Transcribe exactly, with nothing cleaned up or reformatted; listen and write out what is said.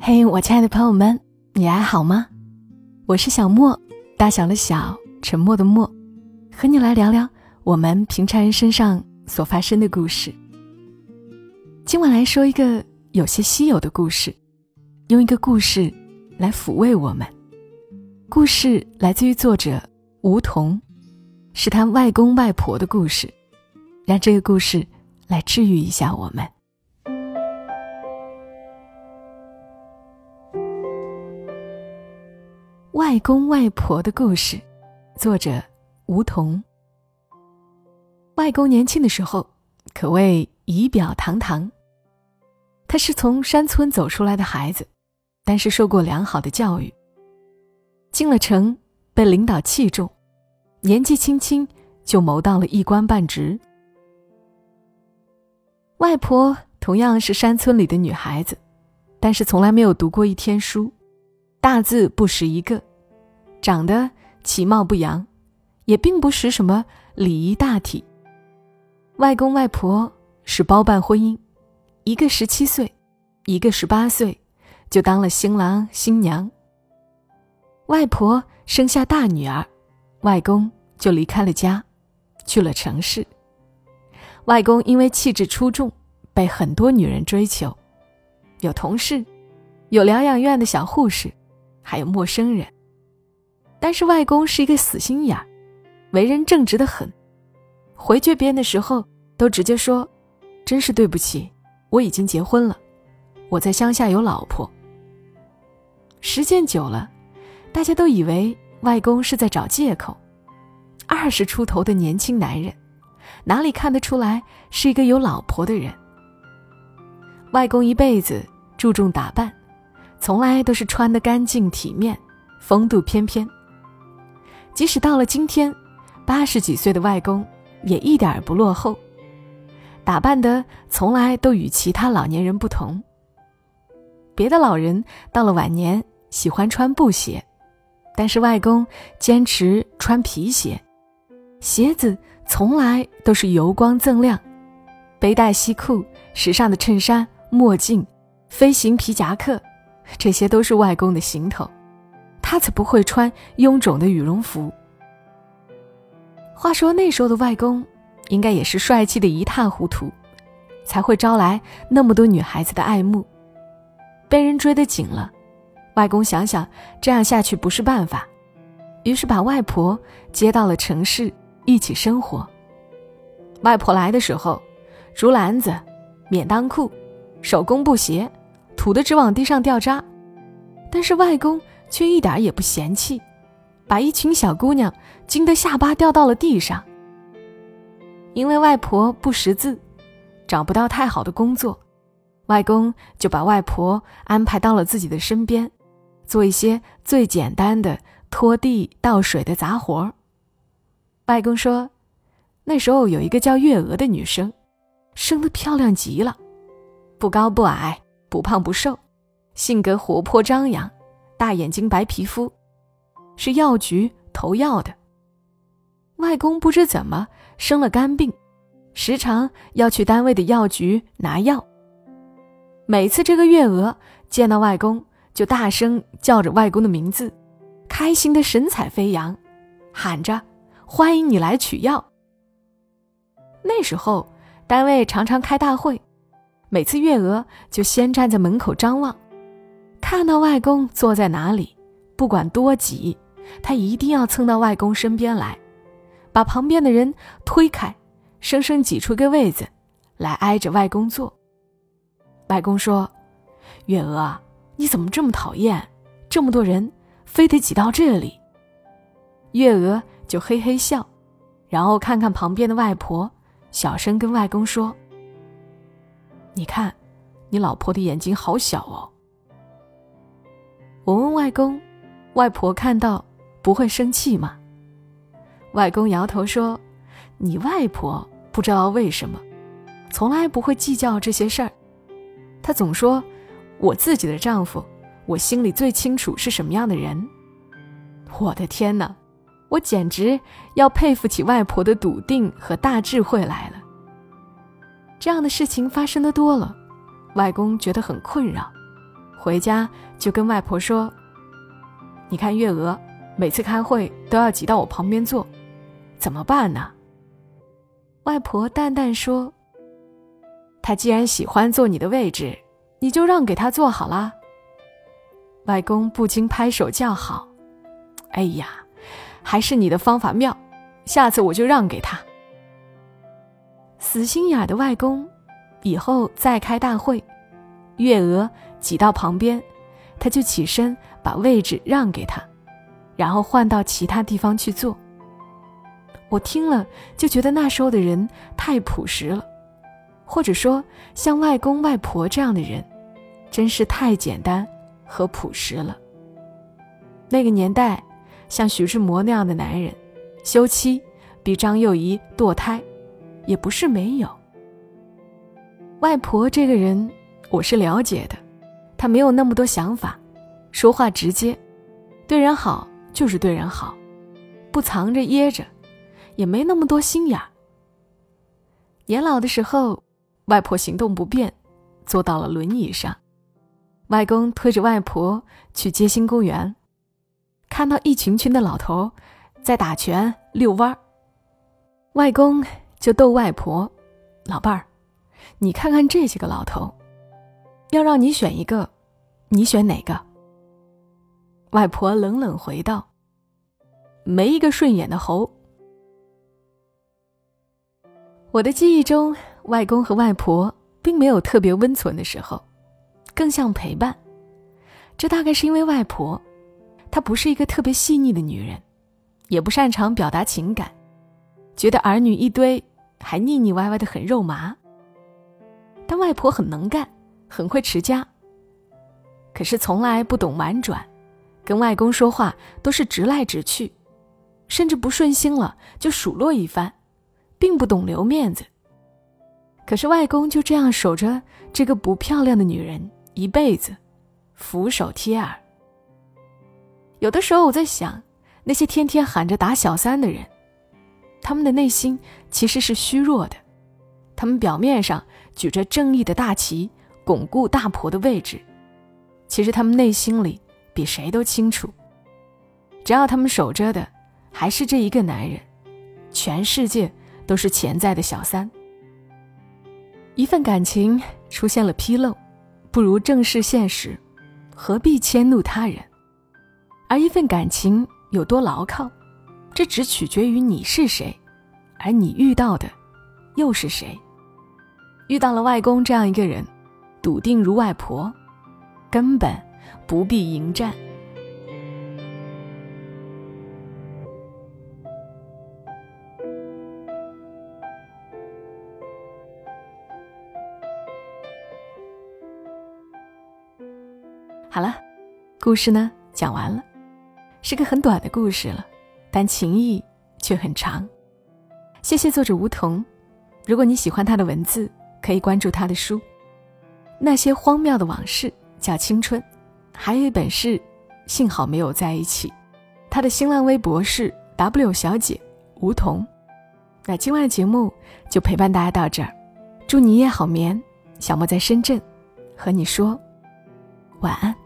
嘿、hey, 我亲爱的朋友们，你还好吗？我是小莫，大小的小，沉默的默，和你来聊聊我们平常人身上所发生的故事。今晚来说一个有些稀有的故事，用一个故事来抚慰我们。故事来自于作者吴桐，是他外公外婆的故事，让这个故事来治愈一下我们。外公外婆的故事，作者吴桐。外公年轻的时候可谓仪表堂堂，他是从山村走出来的孩子，但是受过良好的教育，进了城被领导器重，年纪轻轻就谋到了一官半职。外婆同样是山村里的女孩子，但是从来没有读过一天书，大字不识一个，长得其貌不扬，也并不识什么礼仪大体。外公外婆是包办婚姻，一个十七岁，一个十八岁，就当了新郎新娘。外婆生下大女儿，外公就离开了家，去了城市。外公因为气质出众，被很多女人追求，有同事，有疗养院的小护士，还有陌生人。但是外公是一个死心眼儿，为人正直得很，回绝别人的时候都直接说，真是对不起，我已经结婚了，我在乡下有老婆。时间久了，大家都以为外公是在找借口。二十出头的年轻男人，哪里看得出来是一个有老婆的人？外公一辈子注重打扮，从来都是穿得干净体面，风度翩翩。即使到了今天，八十几岁的外公也一点儿不落后，打扮得从来都与其他老年人不同。别的老人到了晚年喜欢穿布鞋，但是外公坚持穿皮鞋，鞋子从来都是油光锃亮，背带西裤，时尚的衬衫，墨镜，飞行皮夹克，这些都是外公的行头。他才不会穿臃肿的羽绒服。话说那时候的外公应该也是帅气的一塌糊涂，才会招来那么多女孩子的爱慕。被人追得紧了，外公想想这样下去不是办法，于是把外婆接到了城市一起生活。外婆来的时候，竹篮子，免裆裤，手工布鞋，土得直往地上掉渣，但是外公却一点也不嫌弃，把一群小姑娘惊得下巴掉到了地上。因为外婆不识字，找不到太好的工作，外公就把外婆安排到了自己的身边，做一些最简单的拖地倒水的杂活。外公说，那时候有一个叫月娥的女生，生得漂亮极了，不高不矮，不胖不瘦，性格活泼张扬，大眼睛白皮肤，是药局投药的。外公不知怎么生了肝病，时常要去单位的药局拿药。每次这个月娥见到外公，就大声叫着外公的名字，开心的神采飞扬，喊着欢迎你来取药。那时候单位常常开大会，每次月娥就先站在门口张望，看到外公坐在哪里，不管多挤，他一定要蹭到外公身边来，把旁边的人推开，生生挤出个位子来挨着外公坐。外公说，月娥，你怎么这么讨厌，这么多人非得挤到这里？月娥就嘿嘿笑，然后看看旁边的外婆，小声跟外公说，你看你老婆的眼睛好小哦。我问外公，外婆看到不会生气吗？外公摇头说，你外婆不知道为什么从来不会计较这些事儿，她总说，我自己的丈夫，我心里最清楚是什么样的人。我的天哪，我简直要佩服起外婆的笃定和大智慧来了。这样的事情发生的多了，外公觉得很困扰， 回家就跟外婆说，你看月娥每次开会都要挤到我旁边坐，怎么办呢？外婆淡淡说，她既然喜欢坐你的位置，你就让给她坐好啦。外公不禁拍手叫好，哎呀，还是你的方法妙，下次我就让给她。死心眼的外公以后再开大会，月娥挤到旁边，他就起身把位置让给她，然后换到其他地方去坐。我听了就觉得那时候的人太朴实了，或者说像外公外婆这样的人真是太简单和朴实了。那个年代像徐志摩那样的男人休妻比张幼仪堕胎也不是没有。外婆这个人我是了解的，她没有那么多想法，说话直接，对人好就是对人好，不藏着掖着，也没那么多心眼。年老的时候，外婆行动不便，坐到了轮椅上，外公推着外婆去街心公园，看到一群群的老头在打拳遛弯，外公就逗外婆，老伴儿，你看看这几个老头，要让你选一个，你选哪个？外婆冷冷回道，没一个顺眼的猴。我的记忆中，外公和外婆并没有特别温存的时候，更像陪伴。这大概是因为外婆她不是一个特别细腻的女人，也不擅长表达情感，觉得儿女一堆还腻腻歪歪的很肉麻。但外婆很能干，很会持家，可是从来不懂婉转，跟外公说话都是直来直去，甚至不顺心了就数落一番，并不懂留面子。可是外公就这样守着这个不漂亮的女人一辈子，俯首帖耳。有的时候我在想，那些天天喊着打小三的人，他们的内心其实是虚弱的，他们表面上举着正义的大旗，巩固大婆的位置，其实他们内心里比谁都清楚，只要他们守着的还是这一个男人，全世界都是潜在的小三。一份感情出现了纰漏，不如正视现实，何必迁怒他人？而一份感情有多牢靠，这只取决于你是谁，而你遇到的又是谁。遇到了外公这样一个人，笃定如外婆，根本不必迎战。好了，故事呢讲完了，是个很短的故事了，但情意却很长。谢谢作者梧桐，如果你喜欢他的文字，可以关注他的书《那些荒谬的往事》，叫青春，还有一本是幸好没有在一起。他的新浪微博是 W 小姐梧桐。那今晚的节目就陪伴大家到这儿，祝你夜好眠。小莫在深圳和你说晚安。